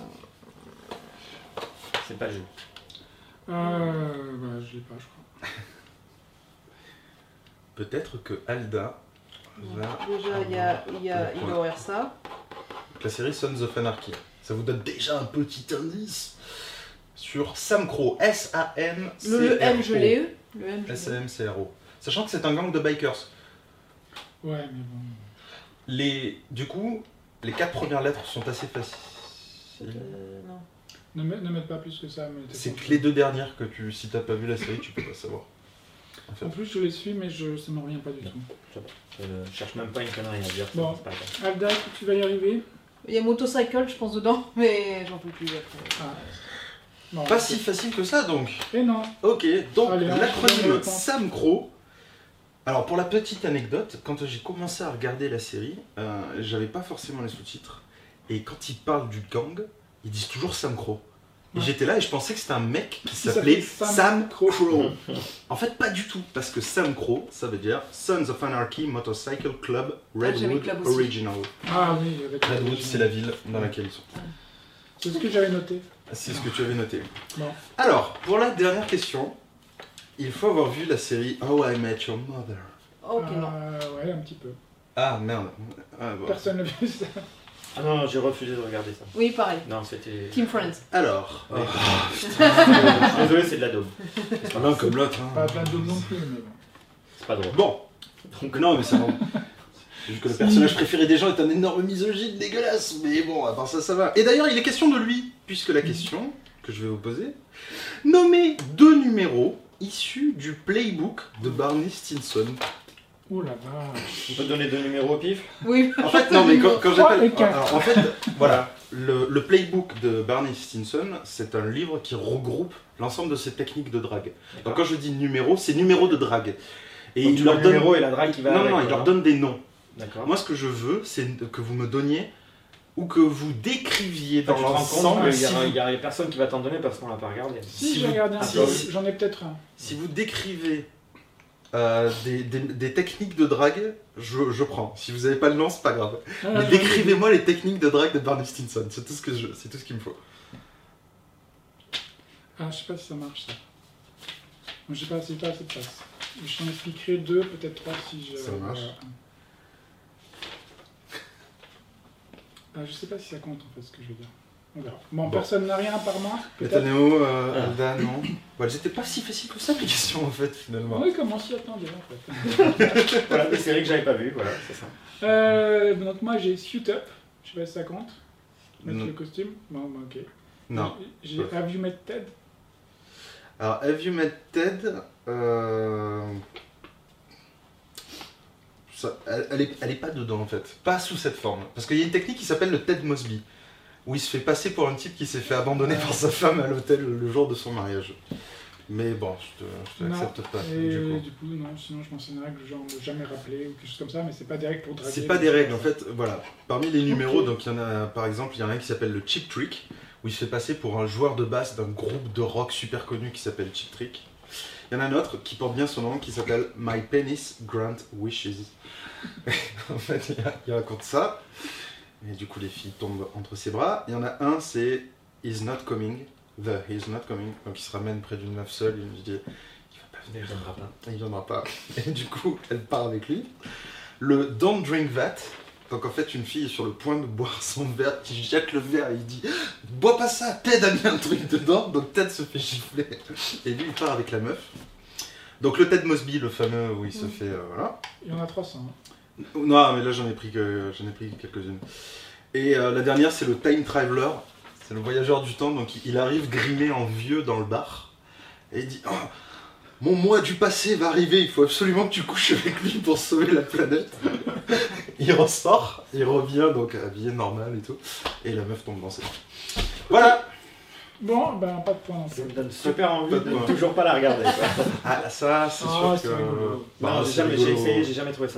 C'est pas juste. Bah, je l'ai pas, je crois. Peut-être que Alda va... Déjà, il doit y avoir ça. La série Sons of Anarchy. Ça vous donne déjà un petit indice sur Sam Crow. S-A-M-C-R-O. Le M, je l'ai eu. Le M, je l'ai eu. S-A-M-C-R-O. Sachant que c'est un gang de bikers. Ouais, mais bon. Du coup, les 4 premières lettres sont assez faciles. Non. Ne mettre pas plus que ça. Mais C'est que les 2 dernières que si t'as pas vu la série, tu peux pas savoir. En fait. En plus, je les suis, mais ça ne me revient pas du tout. Je cherche même pas une connerie à dire. Bon. C'est pas grave. Alda, est-ce que tu vas y arriver? Il y a Motorcycle, je pense, dedans, mais j'en peux plus après. Ah. Bon, Pas si facile que ça donc. Et non. Ok, donc Allez, l'acronyme on Sam Crow. Alors pour la petite anecdote, quand j'ai commencé à regarder la série, j'avais pas forcément les sous-titres. Et quand ils parlent du gang, ils disent toujours Sam Crow. Et Ouais. j'étais là et je pensais que c'était un mec qui s'appelait s'appelait Sam Sam Crow. Crow. En fait, pas du tout, parce que Sam Crow, ça veut dire Sons of Anarchy Motorcycle Club j'avais Redwood Club aussi. Original. Ah oui, avec Redwood, c'est la ville dans laquelle ils sont. C'est ce que j'avais noté. C'est ce que tu avais noté. Bon. Alors, pour la dernière question, il faut avoir vu la série How I Met Your Mother. Ok, non. Ouais, un petit peu. Ah merde. Ah, bon. Personne n'a vu ça. Ah non, j'ai refusé de regarder ça. Oui, pareil. Non, c'était. Team Friends. Alors. Ouais. Je suis désolé, c'est de la daube. L'un comme l'autre. Pas plein de non plus, mais bon. C'est pas drôle. Bon. Donc non, mais c'est bon. C'est juste que le personnage préféré des gens est un énorme misogyne dégueulasse. Mais bon, à part ça, ça va. Et d'ailleurs, il est question de lui, puisque la question que je vais vous poser, nommez 2 numéros issus du playbook de Barney Stinson. Oh la vache. On peut te donner 2 numéros au pif? Oui. En fait, non, mais quand 3 et j'appelle. 4. Alors, en fait, voilà. Le playbook de Barney Stinson, c'est un livre qui regroupe l'ensemble de ses techniques de drague. Donc quand je dis numéro, c'est numéro de drague. Et donc, il tu leur vois le donne. numéro et la drague qui va Non, avec, non, il leur donne des noms. D'accord. Moi, ce que je veux, c'est que vous me donniez ou que vous décriviez Dans dans tu te rends compte l'ensemble. qu'il y a personne qui va t'en donner parce qu'on l'a pas regardé. Si, Si j'ai vous- regardé un si- peu. si- J'en ai peut-être un. Si vous décrivez des techniques de drague, je prends. Si vous n'avez pas le nom, c'est pas grave. Mais décrivez-moi les techniques de drague de Barney Stinson. C'est tout ce qu'il me faut. Ah, je sais pas si ça marche ça. Moi, j'ai pas assez de place. Je t'en expliquerai 2, peut-être 3 si je. Ça marche. Ah, je sais pas si ça compte en fait ce que je veux dire. On verra. Bon, personne n'a rien par moi. Peut-être. Métanéo, Alda, non. Bon, elles étaient pas si faciles que ça, les questions, en fait, finalement. Oui, comment on s'y attendait en fait. Voilà, des séries que j'avais pas vues, voilà, c'est ça. Donc moi j'ai Suit Up. Je sais pas si ça compte. Mettre Non. le costume. Bon, bah, ok. Non. J'ai Have You Met Ted. Alors, Have You Met Ted elle est pas dedans, en fait. Pas sous cette forme. Parce qu'il y a une technique qui s'appelle le Ted Mosby, où il se fait passer pour un type qui s'est fait abandonner par sa femme à l'hôtel le jour de son mariage. Mais bon, je te l'accepte pas, Et du coup. du coup, non, sinon je mentionnerais que genre ne jamais rappeler ou quelque chose comme ça, mais c'est pas des règles pour draguer. C'est pas des règles, en fait, voilà. Parmi les numéros, Ok. donc il y en a, par exemple, il y en a un qui s'appelle le Cheap Trick, où il se fait passer pour un joueur de basse d'un groupe de rock super connu qui s'appelle Cheap Trick. Il y en a un autre qui porte bien son nom, qui s'appelle My Penis Grant Wishes. En fait, il raconte ça, et du coup les filles tombent entre ses bras. Il y en a un, c'est He's Not Coming, He's Not Coming, donc il se ramène près d'une meuf seule, il lui dit il va pas venir, il viendra pas. Et du coup, elle part avec lui. Le Don't Drink That, donc en fait une fille est sur le point de boire son verre, qui jette le verre et il dit bois pas ça, Ted a mis un truc dedans, donc Ted se fait gifler. Et lui il part avec la meuf. Donc le Ted Mosby, le fameux où il se fait voilà. Il y en a 300. Hein. Non, mais là j'en ai pris quelques-unes. Et la dernière, c'est le Time Traveler, c'est le voyageur du temps. Donc il arrive grimé en vieux dans le bar et il dit oh, mon moi du passé va arriver, il faut absolument que tu couches avec lui pour sauver la planète. Il ressort, il revient donc habillé normal et tout, et la meuf tombe dans ses bras. Voilà. Bon, ben pas de point non Ça plus. me donne super envie Pas de de moi. toujours pas la regarder. Quoi. Ah ça, c'est Ah, sûr c'est que. rigolo. Bah, Non, c'est j'ai rigolo. essayé, j'ai jamais trouvé ça drôle.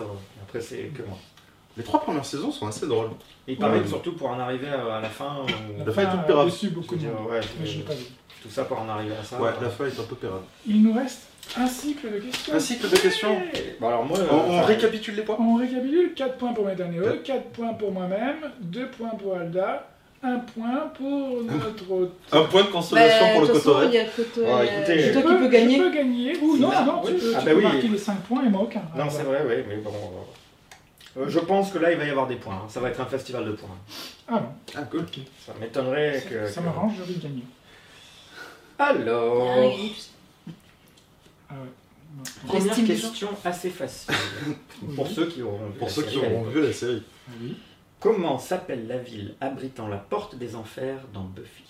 Après, c'est que moi. Les 3 premières saisons sont assez drôles. Et il paraît que surtout pour en arriver à la fin. La fin est toute pérave. Dessus beaucoup de monde. Ouais, Mais je l'ai pas vu. tout ça pour en arriver à ça. Ouais, la fin est un peu pérave. Il nous reste un cycle de questions. Un cycle de questions. Bon, alors moi, On récapitule les points. On récapitule 4 points pour Métanéo, 4 points pour moi-même, 2 points pour Alda, 1 point pour notre hôte. Un point de consolation pour le De toute façon, Cotoret. il y a Cotoret. Ouais, écoutez, C'est toi qui peux gagner. Je peux gagner. Ou non, là, non, oui. tu Ah peux bah oui. marquer les 5 points et moi aucun. Non, c'est vrai, oui, mais bon. Je pense que là, il va y avoir des points. Hein. Ça va être un festival de points. Ah bon, Ah, cool. ok. Ça m'étonnerait que. Ça m'arrange, j'ai envie de gagner. Alors. Ah ouais. Première L'estime des question assez facile. Pour ceux qui auront vu. Pour la ceux qui série à auront l'époque. vu la série. Ah oui. Comment s'appelle la ville abritant la porte des enfers dans Buffy?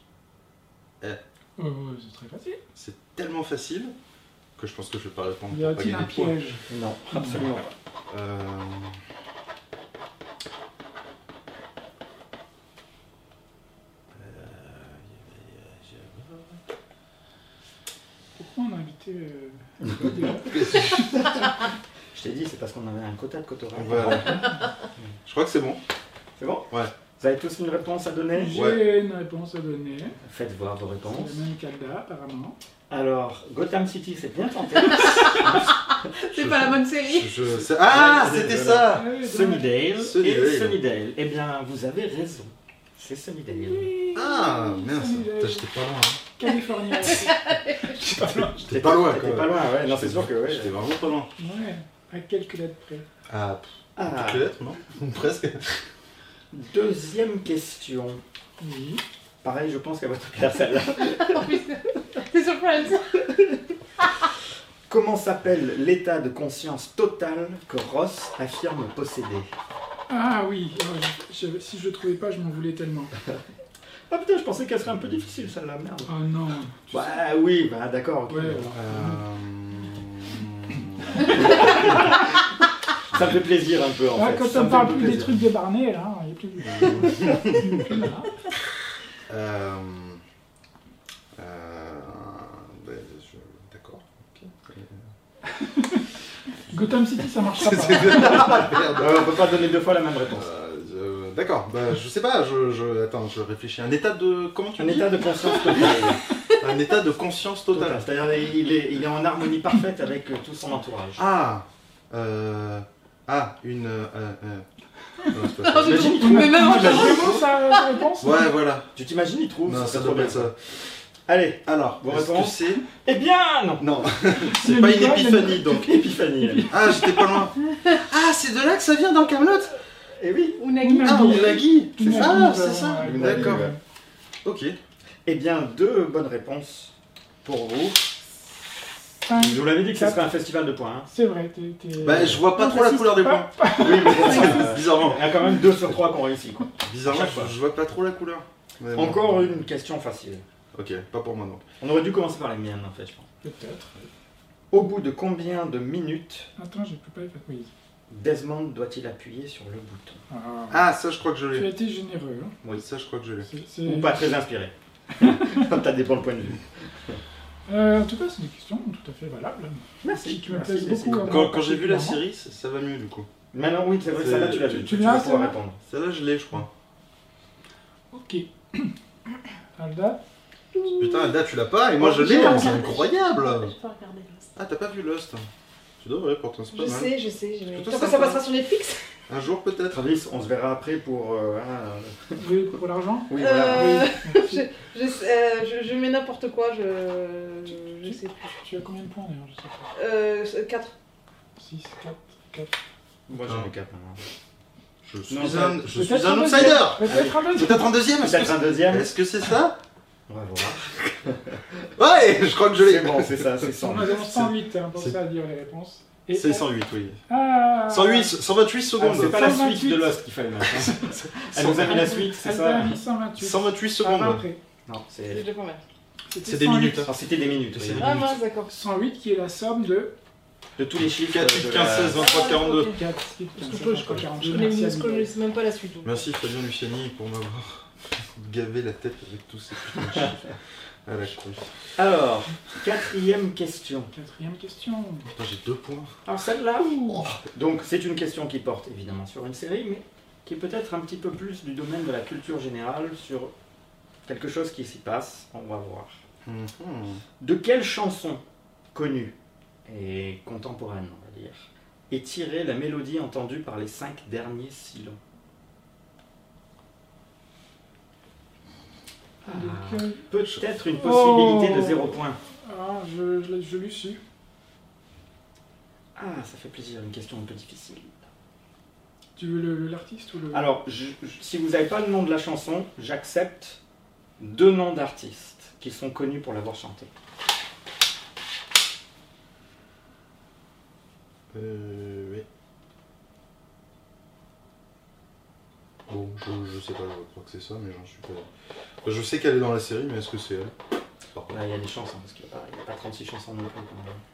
C'est très facile. C'est tellement facile que je pense que je vais pas répondre. Y pour pas a-t-il un gagner de points. piège? Non, absolument pas. Pourquoi on a invité Je t'ai dit, c'est parce qu'on avait un quota de Cotoret. Voilà. Je crois que c'est bon. C'est bon? Ouais. Vous avez tous une réponse à donner? J'ai une réponse à donner. Faites voir vos C'est réponses. la même qu'Alda, apparemment. Alors, Gotham City, c'est bien tenté. C'est pas la bonne série. Ah, Ouais, c'était voilà. ça. Ah oui, Sunnydale Sunnydale. et Sunnydale. Eh bien, vous avez raison. C'est Sunnydale. Ah, mince. Sunnydale. Putain, j'étais pas loin. Hein. California. J'étais pas loin, T'étais quoi. pas loin, ouais. Non, c'est sûr que ouais. J'étais vraiment pas loin. Ouais, à quelques lettres près. Ah, Ah, quelques lettres, non? Presque. deuxième question. Oui. Pareil, je pense qu'elle va te plaire celle-là. C'est sur Friends. Comment s'appelle l'état de conscience total que Ross affirme posséder? Ah oui, si je le trouvais pas, je m'en voulais tellement. Ah putain, je pensais qu'elle serait un peu difficile celle-là, merde. Oh non. Bah oui, bah d'accord. Ok. Ouais, Ça me fait plaisir un peu en Ah, fait. quand Ça on me parle fait plus des plaisir. trucs de Barney, là, il n'y a plus. Plus là. D'accord. Gotham City, ça marchera pas. Merde. On peut pas donner deux fois la même réponse. D'accord, bah, je sais pas, attends, je réfléchis. Un état de. Comment tu Un dis état de conscience total. Un état de conscience totale. C'est-à-dire il est en harmonie parfaite avec tout son entourage. Une. Non, c'est pas Ah, ça. T'imagines, il Mais même moi, J'ai vraiment sa réponse. Ouais, voilà. Tu t'imagines, il trouve, Non, ça ça serait doit trop être bien. ça. Allez, Alors, Vos est-ce que réponses c'est. eh bien non. Non, C'est c'est pas une Nicolas, épiphanie donc. Épiphanie. Ah, j'étais pas loin. Ah, c'est de là que ça vient dans Camelot. Eh oui. Unagi. Ah, Unagi. Unagi, Ah, c'est ça. ouais. D'accord. Ouais. Ok. Eh bien, deux bonnes réponses pour vous. Je vous l'avais dit que ce serait un festival de points. Hein. C'est vrai, t'es. Bah, je vois pas trop la couleur des points. Oui, mais bon, Bizarrement. il y a quand même 2 sur 3 qui ont réussi. Quoi. Bizarrement, Chaque fois. je vois pas trop la couleur. Mais bon. Encore une question facile. Ok, pas pour moi donc. On aurait dû commencer par les miennes en fait, je pense. Peut-être. Au bout de combien de minutes Attends, j'ai plus pas les oui. Desmond doit-il appuyer sur le bouton? Ah, ça, je crois que je Tu as l'ai. été généreux. Hein. Oui, ça, je crois que je l'ai. Ou pas très inspiré. Ça dépend le point de vue. En tout cas, c'est des questions tout à fait valables. Merci. Qui me Merci, plaisent merci. beaucoup. hein. Quand j'ai vu la série, ça va mieux du coup. Maintenant, oui, c'est vrai, celle-là, tu l'as vu. Tu vas l'as, pouvoir celle-là répondre. Celle-là, je l'ai, je crois. Ok. Alda. Putain, Alda, tu l'as pas et moi je l'ai, J'ai c'est pas incroyable. regardé Lost. Ah, t'as pas vu Lost? Tu devrais, pourtant, c'est pas Je mal. sais, je sais. Plutôt Quand sympa. ça passera sur Netflix. Un jour peut-être. Travis, on se verra après pour. Oui, pour l'argent. Oui, voilà. Je mets n'importe quoi, je sais plus. Tu as combien de points d'ailleurs? Je sais pas. 4. 6, 4, 4. Moi, j'en ai 4 maintenant. Je suis Non, un outsider. Peut-être un deuxième. Peut-être un deuxième. Peut-être un deuxième. Est-ce que c'est ça? On va voir. Ouais, je crois que je l'ai. C'est bon, c'est ça, c'est 100. On a 108, hein, pour c'est- ça à dire les réponses. Et C'est 108, oui. Ah 108, 128 secondes. C'est pas la 128. suite de Lost qu'il fallait mettre. Hein. Elle nous a mis la suite, c'est Elle ça? t'a mis 128. 128 Ah, secondes. après. Non, C'est c'est. déjà pas mal. C'était C'est des 108. minutes. Alors, c'était des minutes. C'est oui. des Ah minutes. mince, d'accord. 108 qui est la somme de De tous les chiffres. 4, 8, 15, 16, 23, 42. 4. Est-ce qu'on peut jusqu'à 42? Je connais Merci, je connais même pas la suite. donc. Merci Fabien Luciani pour m'avoir gavé la tête avec tous ces putains de chiffres. Ah, la couille. Alors, 4e question. 4e question. Putain, j'ai 2 points. Alors celle-là, donc c'est une question qui porte évidemment sur une série, mais qui est peut-être un petit peu plus du domaine de la culture générale sur quelque chose qui s'y passe. On va voir. De quelle chanson connue et contemporaine, on va dire, est tirée la mélodie entendue par les 5 derniers Cylons? Peut-être une possibilité de 0 point. Ah, je l'ai su. Ah, ça fait plaisir, une question un peu difficile. Tu veux l'artiste ou le... Alors, si vous n'avez pas le nom de la chanson, j'accepte 2 noms d'artistes qui sont connus pour l'avoir chanté. Oui. Bon, je sais pas, je crois que c'est ça, mais j'en suis pas... Je sais qu'elle est dans la série, mais est-ce que c'est elle? Là, il y a des chances, hein, parce qu'il n'y a pas 36 chansons non plus.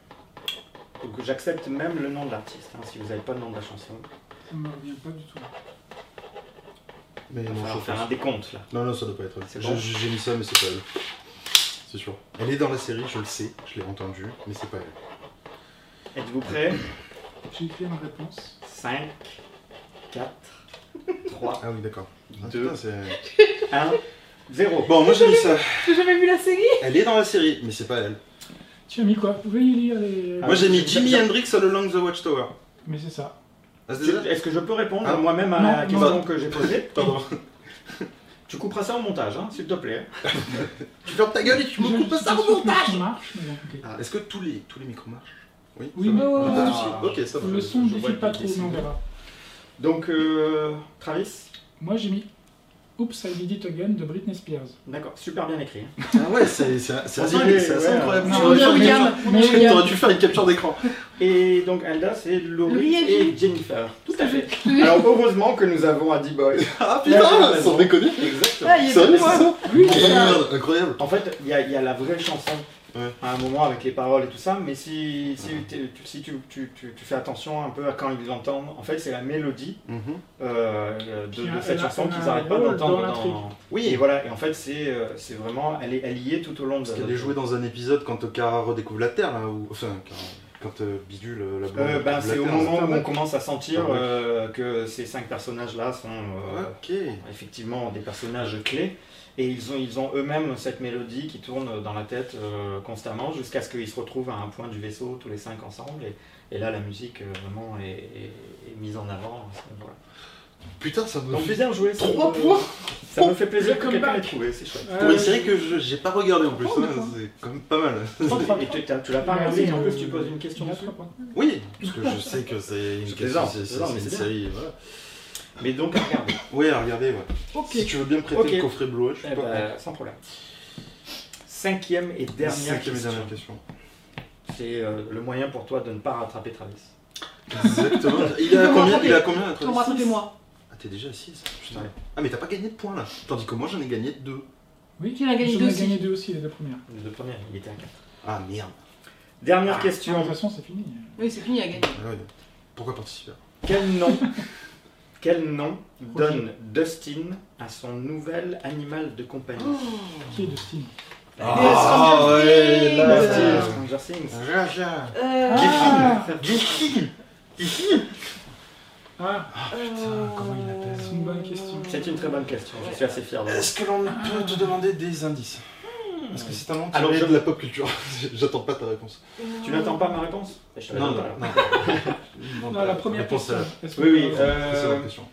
Donc j'accepte même le nom de l'artiste, hein, si vous n'avez pas le nom de la chanson. Ça me revient pas du tout. Mais non, On va faire un décompte, là. Non, ça doit pas être elle. C'est bon. J'ai mis ça, mais c'est pas elle. C'est sûr. Elle est dans la série, je le sais, je l'ai entendu, mais c'est pas elle. Êtes-vous prêts? J'ai écrit ma réponse. 5, 4, 3, Ah oui, d'accord. 2, putain, c'est... 1, 0. Bon, moi j'ai mis ça. J'ai jamais vu la série. Elle est dans la série, mais c'est pas elle. Tu as mis quoi? Vous pouvez y lire les... Moi j'ai mis Jimi Hendrix All Along the Watchtower. Mais c'est ça. Ah, c'est ça? Est-ce que je peux répondre Ah, moi-même à non, la question non. que j'ai posée? Pardon. Tu couperas ça au montage, hein, s'il te plaît. Tu fermes ta gueule et tu me coupes ça au montage. Marche, mais bon, ok. Ah, est-ce que tous les micros marchent? Oui, Oui, ça va. mais Pas de ouais, soucis. Ok, ça va. Le son ne je vois diffuse pas le trop, cliquer, mais on sinon. verra. Donc, Travis? Moi j'ai mis Oops, I Did It Again de Britney Spears. D'accord, super bien écrit. hein. Ah ouais, c'est Ouais, assez incroyable. non, Tu aurais non, dû faire William, une mais capture- William. T'aurais dû faire une capture d'écran. Et donc Alda, c'est Laurie Laurie et et Jennifer. Tout à fait. Alors heureusement que nous avons Adi Boy. Ah Là, putain, j'ai sans raison. déconner. Exactement. Ah, il est Sérieux, bon, c'est ça? Oui, Oh merde, incroyable. En fait, il y a la vraie chanson Ouais. à un moment avec les paroles et tout ça, mais si tu fais attention un peu à quand ils l'entendent, en fait, c'est la mélodie Qui de a- cette elle a- chanson elle a qu'ils un n'arrêtent pas rôle d'entendre. dans l'intrigue. Oui, Et voilà, et en fait, c'est vraiment, elle y est tout au long de parce qu'elle est jouée dans un épisode quand Kara redécouvre la Terre, là, ou... Enfin, quand Bidule, la blonde, redécouvre la c'est au Terre. moment où on commence à sentir Ah que ces 5 personnages-là sont Ok. effectivement des personnages clés. Et ils ont eux-mêmes cette mélodie qui tourne dans la tête constamment jusqu'à ce qu'ils se retrouvent à un point du vaisseau tous les 5 ensemble. Et là, la musique vraiment est mise en avant. Voilà. Putain, ça me Donc fait bien joué. 3 points Ça me fait plaisir que Welcome quelqu'un l'ait back. trouvé, c'est chouette. pour une série que j'ai pas regardée en plus. Oh, hein, d'accord. c'est quand même pas mal. Et tu l'as pas regardé, et en plus tu poses une question Il y a dessus. 3 points. Oui, parce que je sais que c'est une Je question, plaisante, c'est mais une c'est bien. série. Voilà. Mais donc, regardez. Oui, à regarder, ouais. Ok. Si tu veux bien me prêter Ok. le coffret Blu-ray, je suis Eh pas ben, sans problème. 5e et dernière Cinquième et question. dernière question. C'est le moyen pour toi de ne pas rattraper Travis. Exactement. Il a combien la Non, rattrapez-moi. Ah, t'es déjà à 6. Putain. Ouais. Ah, mais t'as pas gagné de points là. Tandis que moi j'en ai gagné 2. Oui, Qui en a gagné j'en deux ai aussi. gagné 2 aussi, les 2 premières. Les deux premières, il était à 4. Ah merde. Dernière De toute question. façon, c'est fini. Oui, c'est fini, il a gagné. Ah ouais. Pourquoi participer? Quel nom donne Dustin à son nouvel animal de compagnie? Qui est de Steam? Ah ouais, là, Dustin, Stranger Things. Raja. Ah, Giffy. ah, comment il appelle? c'est une bonne question. C'est une très bonne question, je suis assez fier de Est-ce que l'on peut te demander des indices? Parce que c'est un nom Alors, tiré je- de la pop culture. J'attends pas ta réponse. Tu n'attends pas ma réponse? Je te la donne pas. Non, la première réponse question. à Est-ce que- Oui, oui. c'est la question.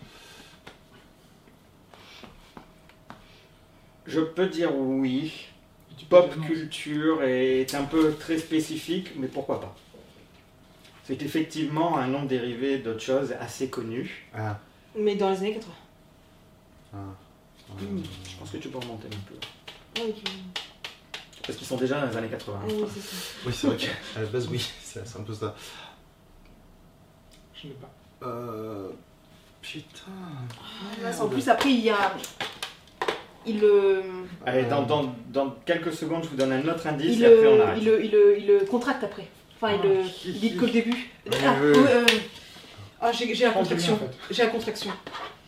Je peux dire oui. Tu peux Pop dire non. culture est un peu très spécifique, mais pourquoi pas? C'est effectivement un nom dérivé d'autres choses assez connues. Ah. Mais dans les années 80. Je pense que tu peux remonter un peu. Ah, ok. Parce qu'ils sont déjà dans les années 80. Ah oui, c'est ça. Oui, c'est vrai qu'à la base, oui, c'est un peu ça. Je l'ai pas. Putain. En plus, après, il y a. Il le. Allez, dans quelques secondes, je vous donne un autre indice Il et après on le, arrête. il le contracte après. Enfin, il dit qu'au début. Ah, oui, oui. j'ai la Je pense que c'est bien, contraction. en fait. J'ai la contraction.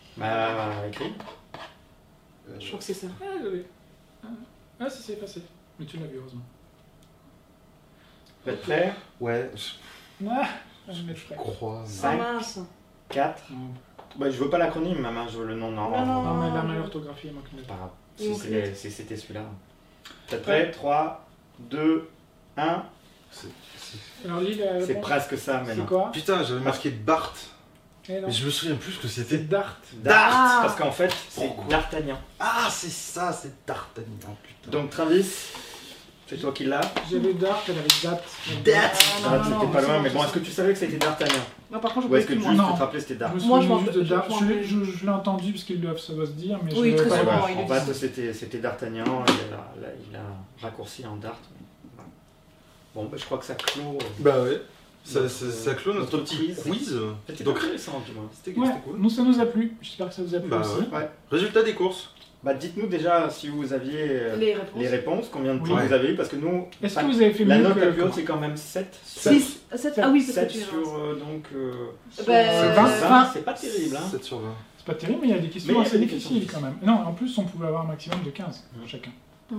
Bah, écrit. Je crois que c'est ça. Ah, désolé. Ah, ça s'est effacé. Mais tu l'as vu, heureusement. Vous êtes prêts? Ouais, Ah, je vais je crois. Ah mince. 4. Non, Bah, je veux pas l'acronyme, maman, je veux le nom. Non, non, mais la meilleure orthographie est moi qui l'ai. C'est pas grave. Ils vont C'était celui-là. Vous êtes prêts? 3, 2, 1. Alors, lis la C'est réponse. presque ça C'est maintenant. quoi? Putain, j'avais marqué Bart. Eh non. Mais je me souviens plus ce que C'est c'était. Dart. Dart. Ah. Parce qu'en fait, c'est Pourquoi? D'Artagnan. Ah, c'est ça, c'est D'Artagnan, putain. Donc Travis, c'est toi qui l'as. J'avais Dart, elle avait Date. Date. Ah, c'était pas loin, mais bon, est-ce que tu savais que c'était D'Artagnan? Non, par contre, je Ou est-ce que plus juste moi. Non. tu te rappelais c'était Dart? Je me Moi, je souviens m'en juste de rappelle- Dart. je m'en rappelle. Je l'ai entendu parce qu'il doit, ça doit se dire, mais Oui, je très pas- souvent. Ouais, il en le fait, dit. c'était D'Artagnan, il a raccourci en Dart. Bon, bah, je crois que ça clôt. Bah ouais. Ça, Donc, ça clôt notre notre petit quiz. quiz. C'était Donc, intéressant, du moins. c'était Ouais, cool. nous ça nous a plu. J'espère que ça vous a plu Bah aussi. ouais. Ouais. Résultat des courses. Bah, dites-nous déjà si vous aviez Les réponses. combien de points Oui. vous avez eu, parce que nous, Est-ce enfin, que vous avez fait la mieux note que la plus haute, c'est quand même 7. 6, 7, ah oui, parce 7 que tu es sur, donc, Bah, 20. c'est pas terrible, hein. 7 sur 20. C'est pas terrible, mais il y a des questions Mais il y assez avait des difficiles questions quand même. Non, en plus, on pouvait avoir un maximum de 15 chacun.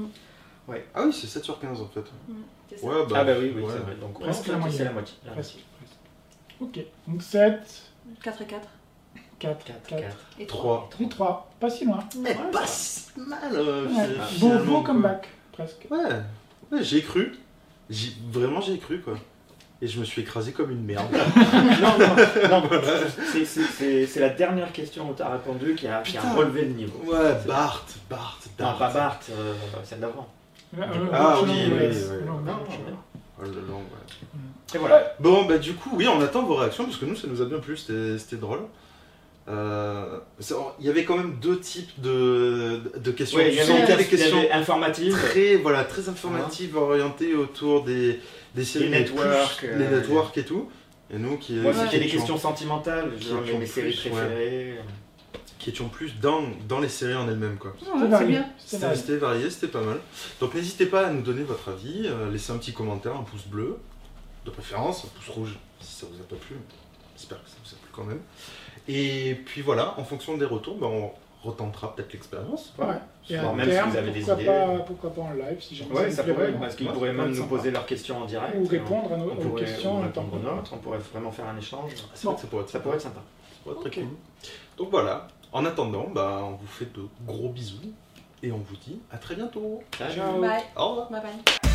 Ah oui, c'est 7 sur 15 en fait. C'est ça. Ouais, Ah bah oui, ouais. c'est vrai. Donc, Presque ouais, la c'est moyenne. la moitié. Presque. Ok, donc 7, 4 et 4. 4, 4, 4. 4. Et 3. 3. Et 3, pas si loin. Ouais. Pas si mal. Ouais. finalement, Beau quoi. comeback, presque. Ouais, j'y ai cru. Vraiment, j'y ai cru quoi. Et je me suis écrasé comme une merde. Non, c'est la dernière question où tu as répondu qui a Putain. relevé le niveau. Ouais, Bart. Non, pas Bart, celle d'avant. Ah Long oui, Way. oui. Long Way. Oh, le long, ouais. Et voilà. Bon, bah du coup, oui, on attend vos réactions parce que nous, ça nous a bien plu, c'était drôle. Il y avait quand même deux types de questions. Oui, il y Tu sentais avait des questions informatives. très informatives, orientées autour des séries, Les networks, plus les networks et tout. Et nous qui, Moi, qui c'était des étions- questions sentimentales, genre étions mes séries plus, préférées. qui étions plus dans les séries en elles-mêmes, quoi. Ouais, c'est bien. C'était varié, c'était pas mal. Donc n'hésitez pas à nous donner votre avis, laissez un petit commentaire, un pouce bleu, de préférence, un pouce rouge si ça vous a pas plu. J'espère que ça vous a plu quand même. Et puis voilà, en fonction des retours, ben, on retentera peut-être l'expérience. Ouais. Et Voire à même si terme, vous avez des pourquoi idées. pourquoi pas en live si jamais Ouais, ça ça vous plaît pourrait, vraiment. parce qu'ils Ouais, pourraient ça pourrait même être nous sympa. poser leurs questions en direct. Ou répondre à On aux pourrait- questions on en temps répondre aux nôtres, on pourrait vraiment faire un échange. C'est vrai que ça pourrait être Ça pourrait être sympa. Ça pourrait être très Ok. cool. Donc voilà, en attendant, ben, on vous fait de gros bisous et on vous dit à très bientôt. Salut. Ciao. Bye. Au revoir. Bye bye.